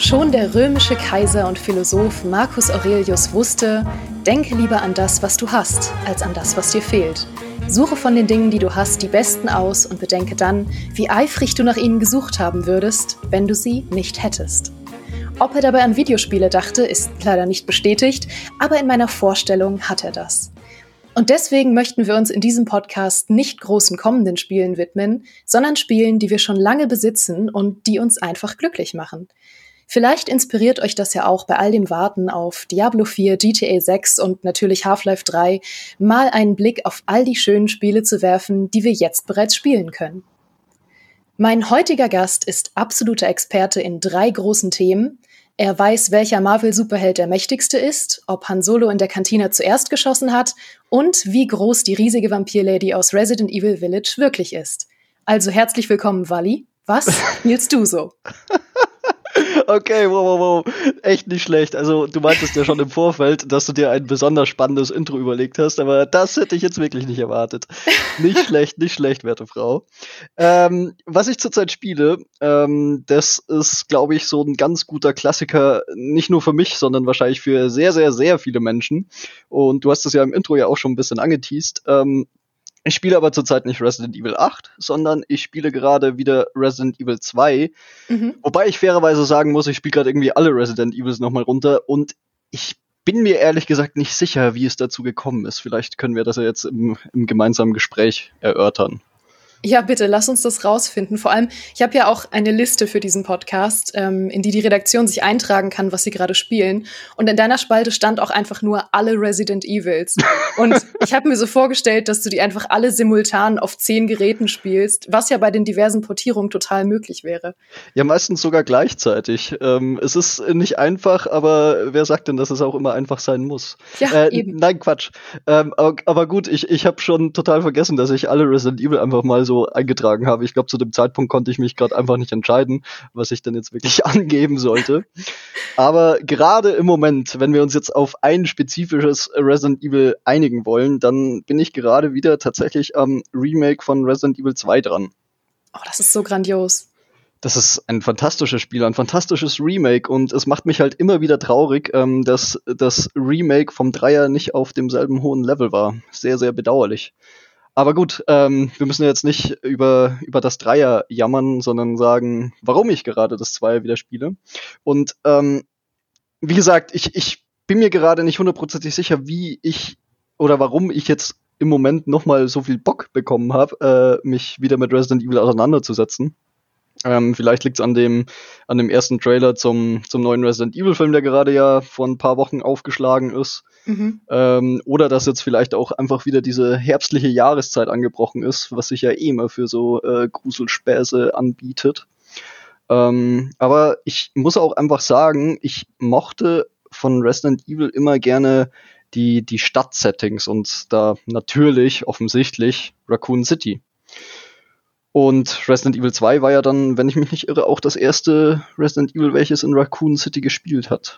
Schon der römische Kaiser und Philosoph Marcus Aurelius wusste: Denke lieber an das, was du hast, als an das, was dir fehlt. Suche von den Dingen, die du hast, die besten aus und bedenke dann, wie eifrig du nach ihnen gesucht haben würdest, wenn du sie nicht hättest. Ob er dabei an Videospiele dachte, ist leider nicht bestätigt, aber in meiner Vorstellung hat er das. Und deswegen möchten wir uns in diesem Podcast nicht großen kommenden Spielen widmen, sondern Spielen, die wir schon lange besitzen und die uns einfach glücklich machen. Vielleicht inspiriert euch das ja auch bei all dem Warten auf Diablo 4, GTA 6 und natürlich Half-Life 3, mal einen Blick auf all die schönen Spiele zu werfen, die wir jetzt bereits spielen können. Mein heutiger Gast ist absoluter Experte in 3 großen Themen. Er weiß, welcher Marvel-Superheld der mächtigste ist, ob Han Solo in der Kantine zuerst geschossen hat und wie groß die riesige Vampirlady aus Resident Evil Village wirklich ist. Also herzlich willkommen, Wally. Was spielst du so? Okay, wow. Echt nicht schlecht. Also du meintest ja schon im Vorfeld, dass du dir ein besonders spannendes Intro überlegt hast, aber das hätte ich jetzt wirklich nicht erwartet. Nicht schlecht, werte Frau. Was ich zurzeit spiele, das ist, glaube ich, so ein ganz guter Klassiker, nicht nur für mich, sondern wahrscheinlich für sehr, sehr, sehr viele Menschen. Und du hast es ja im Intro ja auch schon ein bisschen angeteast. Ich spiele aber zurzeit nicht Resident Evil 8, sondern ich spiele gerade wieder Resident Evil 2. Wobei ich fairerweise sagen muss, ich spiele gerade irgendwie alle Resident Evils nochmal runter und ich bin mir ehrlich gesagt nicht sicher, wie es dazu gekommen ist. Vielleicht können wir das ja jetzt im gemeinsamen Gespräch erörtern. Ja, bitte, lass uns das rausfinden. Vor allem, ich habe ja auch eine Liste für diesen Podcast, in die Redaktion sich eintragen kann, was sie gerade spielen. Und in deiner Spalte stand auch einfach nur alle Resident Evils. Und ich habe mir so vorgestellt, dass du die einfach alle simultan auf 10 Geräten spielst, was ja bei den diversen Portierungen total möglich wäre. Ja, meistens sogar gleichzeitig. Es ist nicht einfach, aber wer sagt denn, dass es auch immer einfach sein muss? Ja, eben. Nein, Quatsch. Aber gut, ich habe schon total vergessen, dass ich alle Resident Evil einfach mal so eingetragen habe. Ich glaube, zu dem Zeitpunkt konnte ich mich gerade einfach nicht entscheiden, was ich denn jetzt wirklich angeben sollte. Aber gerade im Moment, wenn wir uns jetzt auf ein spezifisches Resident Evil einigen wollen, dann bin ich gerade wieder tatsächlich am Remake von Resident Evil 2 dran. Oh, das ist so grandios. Das ist ein fantastisches Spiel, ein fantastisches Remake und es macht mich halt immer wieder traurig, dass das Remake vom Dreier nicht auf demselben hohen Level war. Sehr, sehr bedauerlich. Aber gut, wir müssen ja jetzt nicht über das Dreier jammern, sondern sagen, warum ich gerade das Zweier wieder spiele. Und wie gesagt, ich bin mir gerade nicht hundertprozentig sicher, wie ich oder warum ich jetzt im Moment nochmal so viel Bock bekommen habe, mich wieder mit Resident Evil auseinanderzusetzen. Vielleicht liegt's an dem ersten Trailer zum neuen Resident Evil Film, der gerade ja vor ein paar Wochen aufgeschlagen ist. Oder dass jetzt vielleicht auch einfach wieder diese herbstliche Jahreszeit angebrochen ist, was sich ja eh immer für so Gruselspäße anbietet. Aber ich muss auch einfach sagen, ich mochte von Resident Evil immer gerne die Stadtsettings und da natürlich offensichtlich Raccoon City. Und Resident Evil 2 war ja dann, wenn ich mich nicht irre, auch das erste Resident Evil, welches in Raccoon City gespielt hat.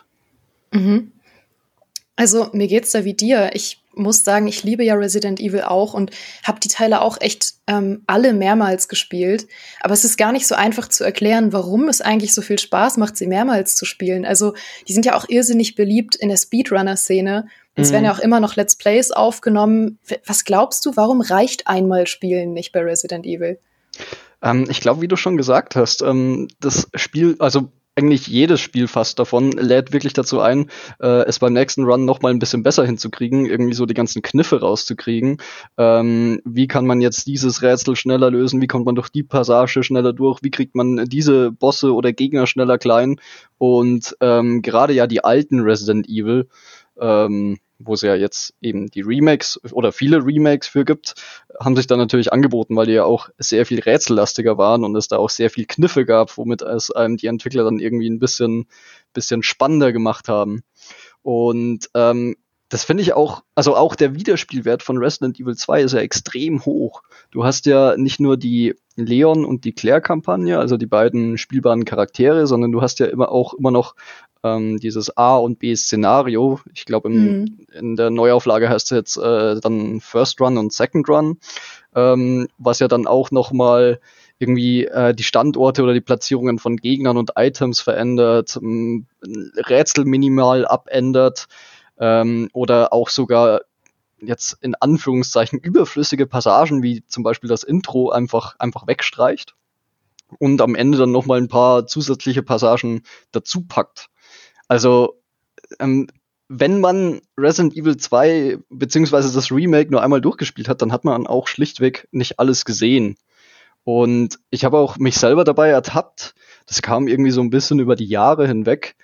Also mir geht's da wie dir. Ich muss sagen, ich liebe ja Resident Evil auch und habe die Teile auch echt alle mehrmals gespielt. Aber es ist gar nicht so einfach zu erklären, warum es eigentlich so viel Spaß macht, sie mehrmals zu spielen. Also die sind ja auch irrsinnig beliebt in der Speedrunner-Szene. Es werden ja auch immer noch Let's Plays aufgenommen. Was glaubst du, warum reicht einmal Spielen nicht bei Resident Evil? Ich glaube, wie du schon gesagt hast, das Spiel, also eigentlich jedes Spiel fast davon, lädt wirklich dazu ein, es beim nächsten Run noch mal ein bisschen besser hinzukriegen, irgendwie so die ganzen Kniffe rauszukriegen. Wie kann man jetzt dieses Rätsel schneller lösen? Wie kommt man durch die Passage schneller durch? Wie kriegt man diese Bosse oder Gegner schneller klein? Und gerade ja die alten Resident Evil, wo es ja jetzt eben die Remakes oder viele Remakes für gibt, haben sich dann natürlich angeboten, weil die ja auch sehr viel rätsellastiger waren und es da auch sehr viel Kniffe gab, womit es einem die Entwickler dann irgendwie ein bisschen spannender gemacht haben. Und das finde ich auch, also auch der Wiederspielwert von Resident Evil 2 ist ja extrem hoch. Du hast ja nicht nur die Leon und die Claire-Kampagne, also die beiden spielbaren Charaktere, sondern du hast ja immer noch dieses A- und B-Szenario. Ich glaube, in der Neuauflage heißt es jetzt dann First Run und Second Run. was ja dann auch nochmal irgendwie die Standorte oder die Platzierungen von Gegnern und Items verändert, Rätsel minimal abändert oder auch sogar jetzt in Anführungszeichen überflüssige Passagen, wie zum Beispiel das Intro, einfach wegstreicht und am Ende dann nochmal ein paar zusätzliche Passagen dazu packt. Also wenn man Resident Evil 2 beziehungsweise das Remake nur einmal durchgespielt hat, dann hat man auch schlichtweg nicht alles gesehen. Und ich habe auch mich selber dabei ertappt. Das kam irgendwie so ein bisschen über die Jahre hinweg.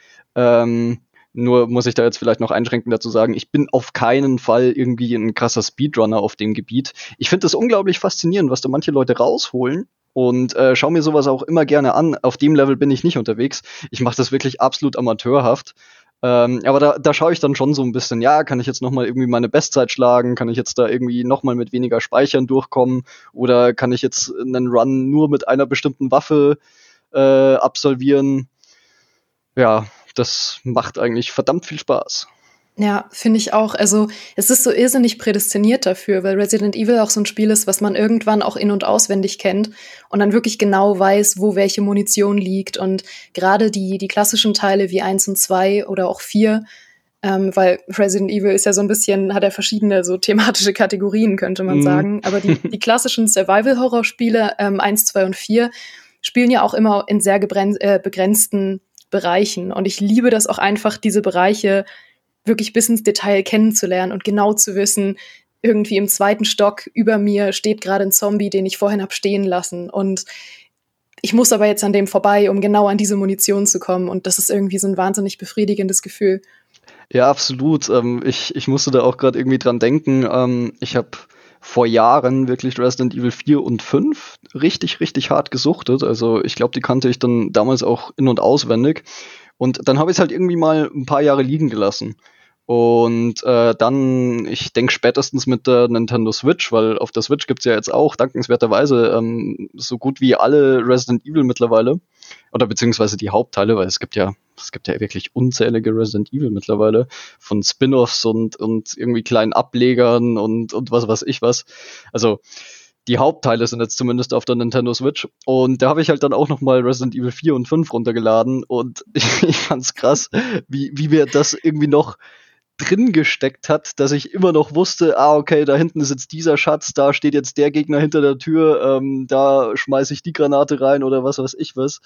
Nur muss ich da jetzt vielleicht noch einschränkend dazu sagen, ich bin auf keinen Fall irgendwie ein krasser Speedrunner auf dem Gebiet. Ich finde das unglaublich faszinierend, was da manche Leute rausholen. Und schau mir sowas auch immer gerne an. Auf dem Level bin ich nicht unterwegs. Ich mache das wirklich absolut amateurhaft. Aber da schaue ich dann schon so ein bisschen, ja, kann ich jetzt nochmal irgendwie meine Bestzeit schlagen? Kann ich jetzt da irgendwie nochmal mit weniger Speichern durchkommen? Oder kann ich jetzt einen Run nur mit einer bestimmten Waffe absolvieren? Ja, das macht eigentlich verdammt viel Spaß. Ja, finde ich auch. Also es ist so irrsinnig prädestiniert dafür, weil Resident Evil auch so ein Spiel ist, was man irgendwann auch in- und auswendig kennt und dann wirklich genau weiß, wo welche Munition liegt. Und gerade die klassischen Teile wie 1 und 2 oder auch 4, weil Resident Evil ist ja so ein bisschen, hat er verschiedene so thematische Kategorien, könnte man sagen. Aber die klassischen Survival-Horror-Spiele 1, 2 und 4 spielen ja auch immer in sehr begrenzten Bereichen. Und ich liebe das auch einfach, diese Bereiche wirklich bis ins Detail kennenzulernen und genau zu wissen, irgendwie im 2. Stock über mir steht gerade ein Zombie, den ich vorhin hab stehen lassen. Und ich muss aber jetzt an dem vorbei, um genau an diese Munition zu kommen. Und das ist irgendwie so ein wahnsinnig befriedigendes Gefühl. Ja, absolut. Ich musste da auch gerade irgendwie dran denken. Ich habe vor Jahren wirklich Resident Evil 4 und 5 richtig, richtig hart gesuchtet. Also ich glaube, die kannte ich dann damals auch in- und auswendig. Und dann habe ich es halt irgendwie mal ein paar Jahre liegen gelassen. Und dann, ich denke spätestens mit der Nintendo Switch, weil auf der Switch gibt's ja jetzt auch dankenswerterweise so gut wie alle Resident Evil mittlerweile. Oder beziehungsweise die Hauptteile, weil es gibt ja wirklich unzählige Resident Evil mittlerweile. Von Spin-offs und irgendwie kleinen Ablegern und was weiß ich was. Also die Hauptteile sind jetzt zumindest auf der Nintendo Switch. Und da habe ich halt dann auch nochmal Resident Evil 4 und 5 runtergeladen. Und ich fand's krass, wie mir das irgendwie noch drin gesteckt hat, dass ich immer noch wusste, okay, da hinten ist jetzt dieser Schatz, da steht jetzt der Gegner hinter der Tür, da schmeiße ich die Granate rein oder was weiß ich was.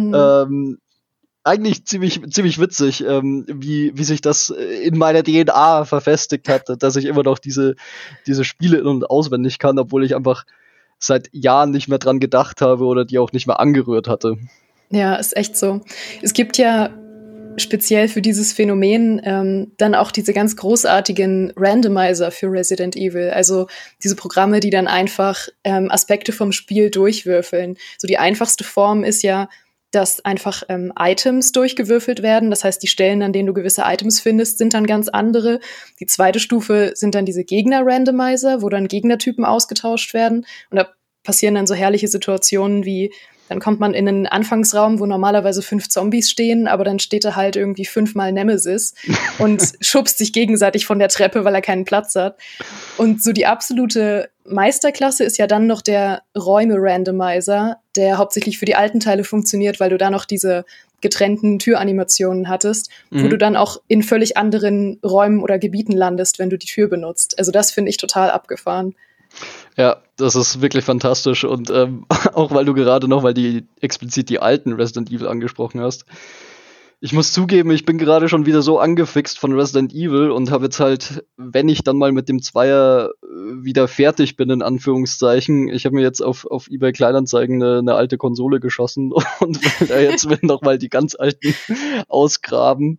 Eigentlich ziemlich witzig, wie sich das in meiner DNA verfestigt hat, dass ich immer noch diese Spiele in- und auswendig kann, obwohl ich einfach seit Jahren nicht mehr dran gedacht habe oder die auch nicht mehr angerührt hatte. Ja, ist echt so. Es gibt ja speziell für dieses Phänomen dann auch diese ganz großartigen Randomizer für Resident Evil. Also diese Programme, die dann einfach Aspekte vom Spiel durchwürfeln. So die einfachste Form ist ja, dass einfach Items durchgewürfelt werden. Das heißt, die Stellen, an denen du gewisse Items findest, sind dann ganz andere. Die zweite Stufe sind dann diese Gegner-Randomizer, wo dann Gegnertypen ausgetauscht werden. Und da passieren dann so herrliche Situationen wie, dann kommt man in einen Anfangsraum, wo normalerweise 5 Zombies stehen, aber dann steht da halt irgendwie 5-mal Nemesis und schubst sich gegenseitig von der Treppe, weil er keinen Platz hat. Und so die absolute Meisterklasse ist ja dann noch der Räume-Randomizer, der hauptsächlich für die alten Teile funktioniert, weil du da noch diese getrennten Türanimationen hattest, wo du dann auch in völlig anderen Räumen oder Gebieten landest, wenn du die Tür benutzt. Also das finde ich total abgefahren. Ja, das ist wirklich fantastisch und auch weil du gerade noch mal explizit die alten Resident Evil angesprochen hast. Ich muss zugeben, ich bin gerade schon wieder so angefixt von Resident Evil und habe jetzt halt, wenn ich dann mal mit dem Zweier wieder fertig bin, in Anführungszeichen, ich habe mir jetzt auf eBay Kleinanzeigen eine alte Konsole geschossen und will da jetzt noch mal die ganz alten ausgraben.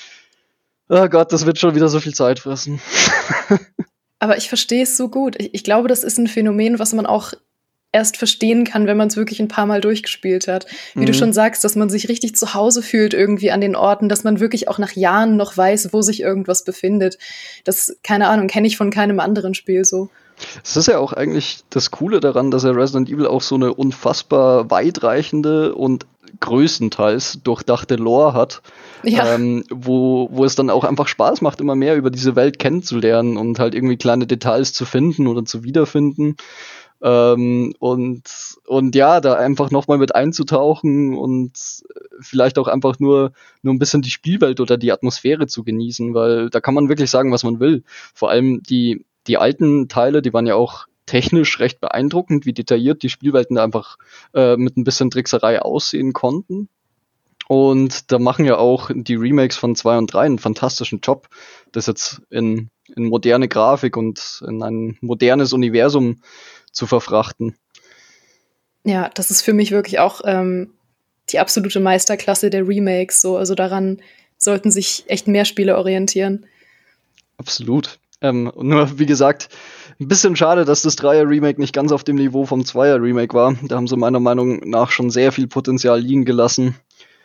Oh Gott, das wird schon wieder so viel Zeit fressen. Aber ich verstehe es so gut. Ich glaube, das ist ein Phänomen, was man auch erst verstehen kann, wenn man es wirklich ein paar Mal durchgespielt hat. Wie du schon sagst, dass man sich richtig zu Hause fühlt irgendwie an den Orten, dass man wirklich auch nach Jahren noch weiß, wo sich irgendwas befindet. Das, keine Ahnung, kenne ich von keinem anderen Spiel so. Es ist ja auch eigentlich das Coole daran, dass er Resident Evil auch so eine unfassbar weitreichende und größtenteils durchdachte Lore hat, Ja. wo es dann auch einfach Spaß macht, immer mehr über diese Welt kennenzulernen und halt irgendwie kleine Details zu finden oder zu wiederfinden. Und ja, da einfach nochmal mit einzutauchen und vielleicht auch einfach nur ein bisschen die Spielwelt oder die Atmosphäre zu genießen, weil da kann man wirklich sagen, was man will. Vor allem die alten Teile, die waren ja auch technisch recht beeindruckend, wie detailliert die Spielwelten da einfach mit ein bisschen Trickserei aussehen konnten. Und da machen ja auch die Remakes von 2 und 3 einen fantastischen Job, das jetzt in moderne Grafik und in ein modernes Universum zu verfrachten. Ja, das ist für mich wirklich auch die absolute Meisterklasse der Remakes. So. Also daran sollten sich echt mehr Spiele orientieren. Absolut. Nur, wie gesagt, ein bisschen schade, dass das 3er-Remake nicht ganz auf dem Niveau vom 2er-Remake war. Da haben sie meiner Meinung nach schon sehr viel Potenzial liegen gelassen.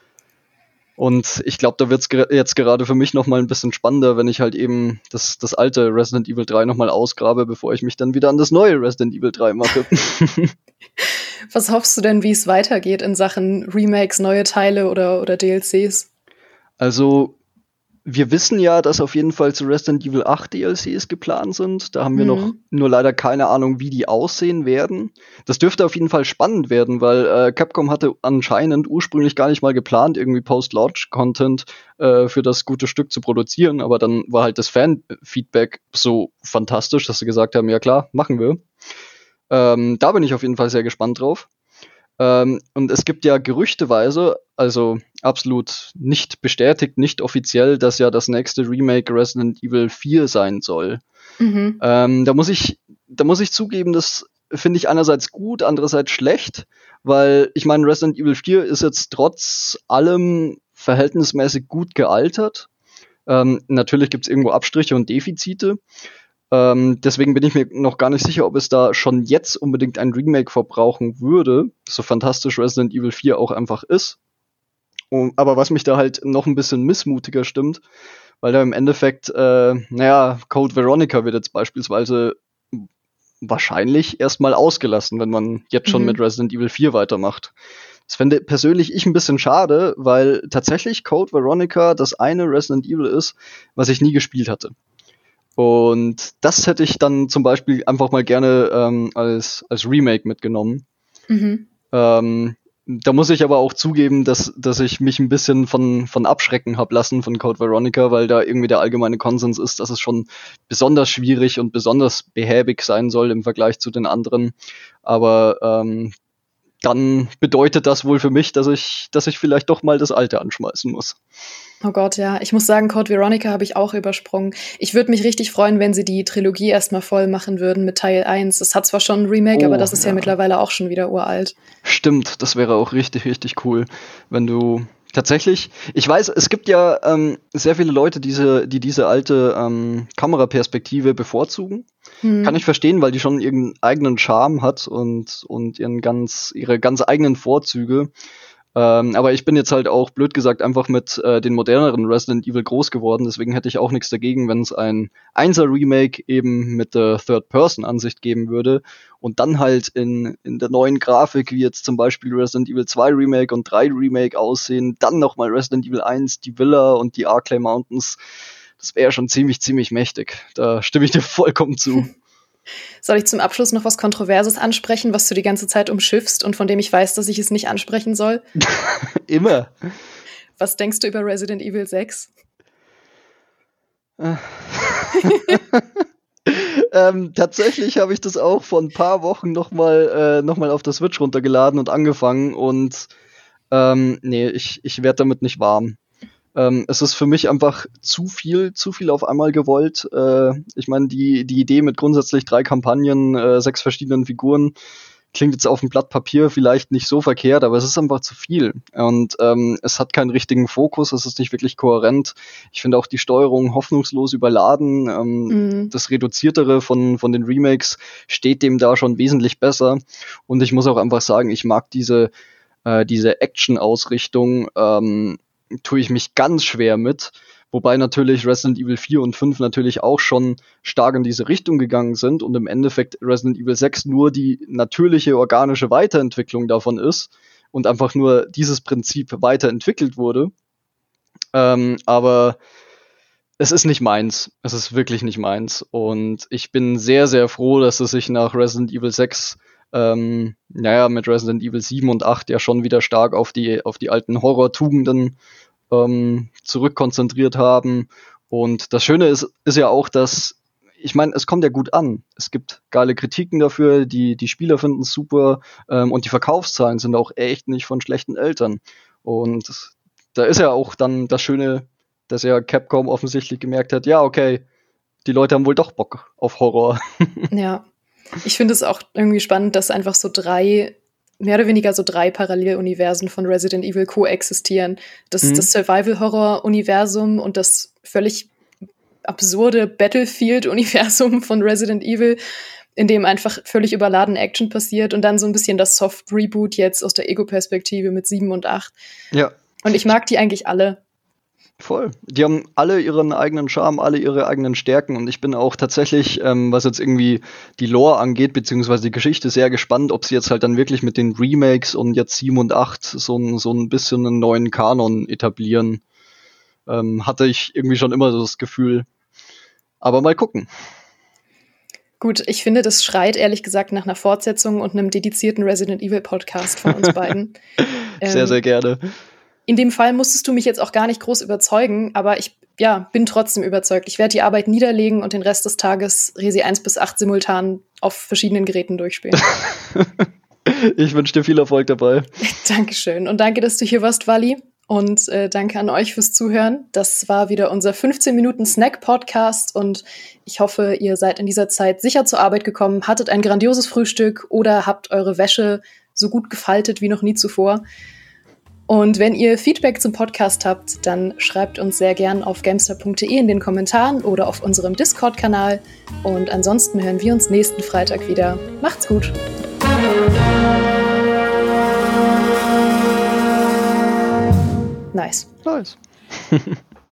Und ich glaube, da wird's jetzt gerade für mich nochmal ein bisschen spannender, wenn ich halt eben das alte Resident Evil 3 nochmal ausgrabe, bevor ich mich dann wieder an das neue Resident Evil 3 mache. Was hoffst du denn, wie es weitergeht in Sachen Remakes, neue Teile oder DLCs? Also, wir wissen ja, dass auf jeden Fall zu Resident Evil 8 DLCs geplant sind. Da haben wir noch nur leider keine Ahnung, wie die aussehen werden. Das dürfte auf jeden Fall spannend werden, weil Capcom hatte anscheinend ursprünglich gar nicht mal geplant, irgendwie Post-Launch-Content für das gute Stück zu produzieren. Aber dann war halt das Fan-Feedback so fantastisch, dass sie gesagt haben, ja klar, machen wir. Da bin ich auf jeden Fall sehr gespannt drauf. Und es gibt ja gerüchteweise, also absolut nicht bestätigt, nicht offiziell, dass ja das nächste Remake Resident Evil 4 sein soll. Da muss ich zugeben, das finde ich einerseits gut, andererseits schlecht, weil ich meine, Resident Evil 4 ist jetzt trotz allem verhältnismäßig gut gealtert. Natürlich gibt es irgendwo Abstriche und Defizite. Deswegen bin ich mir noch gar nicht sicher, ob es da schon jetzt unbedingt ein Remake verbrauchen würde, so fantastisch Resident Evil 4 auch einfach ist. Aber was mich da halt noch ein bisschen missmutiger stimmt, weil da im Endeffekt, Code Veronica wird jetzt beispielsweise wahrscheinlich erstmal ausgelassen, wenn man jetzt schon mit Resident Evil 4 weitermacht. Das fände persönlich ich ein bisschen schade, weil tatsächlich Code Veronica das eine Resident Evil ist, was ich nie gespielt hatte. Und das hätte ich dann zum Beispiel einfach mal gerne als Remake mitgenommen. Da muss ich aber auch zugeben, dass ich mich ein bisschen von abschrecken habe lassen von Code Veronica, weil da irgendwie der allgemeine Konsens ist, dass es schon besonders schwierig und besonders behäbig sein soll im Vergleich zu den anderen. Aber dann bedeutet das wohl für mich, dass ich vielleicht doch mal das Alte anschmeißen muss. Oh Gott, ja. Ich muss sagen, Code Veronica habe ich auch übersprungen. Ich würde mich richtig freuen, wenn sie die Trilogie erstmal voll machen würden mit Teil 1. Das hat zwar schon ein Remake, aber das ist ja mittlerweile auch schon wieder uralt. Stimmt, das wäre auch richtig, richtig cool, wenn du tatsächlich, ich weiß, es gibt ja sehr viele Leute, die diese alte Kameraperspektive bevorzugen. Kann ich verstehen, weil die schon ihren eigenen Charme hat und ihre ganz eigenen Vorzüge. Aber ich bin jetzt halt auch, blöd gesagt, einfach mit den moderneren Resident Evil groß geworden. Deswegen hätte ich auch nichts dagegen, wenn es ein 1er-Remake eben mit der Third-Person-Ansicht geben würde. Und dann halt in der neuen Grafik, wie jetzt zum Beispiel Resident Evil 2 Remake und 3 Remake aussehen. Dann nochmal Resident Evil 1, die Villa und die Arklay Mountains. Das wäre schon ziemlich, ziemlich mächtig. Da stimme ich dir vollkommen zu. Soll ich zum Abschluss noch was Kontroverses ansprechen, was du die ganze Zeit umschiffst und von dem ich weiß, dass ich es nicht ansprechen soll? Immer. Was denkst du über Resident Evil 6? Tatsächlich habe ich das auch vor ein paar Wochen noch mal auf der Switch runtergeladen und angefangen und ich werde damit nicht warm. Es ist für mich einfach zu viel auf einmal gewollt. Ich meine, die Idee mit grundsätzlich 3 Kampagnen, 6 verschiedenen Figuren klingt jetzt auf dem Blatt Papier vielleicht nicht so verkehrt, aber es ist einfach zu viel. Und es hat keinen richtigen Fokus, es ist nicht wirklich kohärent. Ich finde auch die Steuerung hoffnungslos überladen. Das Reduziertere von den Remakes steht dem da schon wesentlich besser. Und ich muss auch einfach sagen, ich mag diese Action-Ausrichtung, tue ich mich ganz schwer mit, wobei natürlich Resident Evil 4 und 5 natürlich auch schon stark in diese Richtung gegangen sind und im Endeffekt Resident Evil 6 nur die natürliche organische Weiterentwicklung davon ist und einfach nur dieses Prinzip weiterentwickelt wurde. Aber es ist nicht meins. Es ist wirklich nicht meins. Und ich bin sehr, sehr froh, dass es sich nach Resident Evil 6 mit Resident Evil 7 und 8 ja schon wieder stark auf die alten Horror-Tugenden zurückkonzentriert haben. Und das Schöne ist ja auch, dass, ich meine, es kommt ja gut an. Es gibt geile Kritiken dafür, die Spieler finden es super, und die Verkaufszahlen sind auch echt nicht von schlechten Eltern. Und da ist ja auch dann das Schöne, dass ja Capcom offensichtlich gemerkt hat, ja, okay, die Leute haben wohl doch Bock auf Horror. Ja, ich finde es auch irgendwie spannend, dass einfach mehr oder weniger so drei Paralleluniversen von Resident Evil koexistieren. Das Survival-Horror-Universum und das völlig absurde Battlefield-Universum von Resident Evil, in dem einfach völlig überladen Action passiert und dann so ein bisschen das Soft-Reboot jetzt aus der Ego-Perspektive mit 7 und 8. Ja. Und ich mag die eigentlich alle. Voll. Die haben alle ihren eigenen Charme, alle ihre eigenen Stärken und ich bin auch tatsächlich, was jetzt irgendwie die Lore angeht, beziehungsweise die Geschichte, sehr gespannt, ob sie jetzt halt dann wirklich mit den Remakes und jetzt 7 und 8 so ein bisschen einen neuen Kanon etablieren. Hatte ich irgendwie schon immer so das Gefühl. Aber mal gucken. Gut, ich finde, das schreit ehrlich gesagt nach einer Fortsetzung und einem dedizierten Resident Evil Podcast von uns beiden. Sehr, sehr gerne. In dem Fall musstest du mich jetzt auch gar nicht groß überzeugen, aber ich bin trotzdem überzeugt. Ich werde die Arbeit niederlegen und den Rest des Tages Resi 1 bis 8 simultan auf verschiedenen Geräten durchspielen. Ich wünsche dir viel Erfolg dabei. Dankeschön und danke, dass du hier warst, Wally. Und danke an euch fürs Zuhören. Das war wieder unser 15-Minuten-Snack-Podcast und ich hoffe, ihr seid in dieser Zeit sicher zur Arbeit gekommen, hattet ein grandioses Frühstück oder habt eure Wäsche so gut gefaltet wie noch nie zuvor. Und wenn ihr Feedback zum Podcast habt, dann schreibt uns sehr gern auf gamestar.de in den Kommentaren oder auf unserem Discord-Kanal. Und ansonsten hören wir uns nächsten Freitag wieder. Macht's gut! Nice.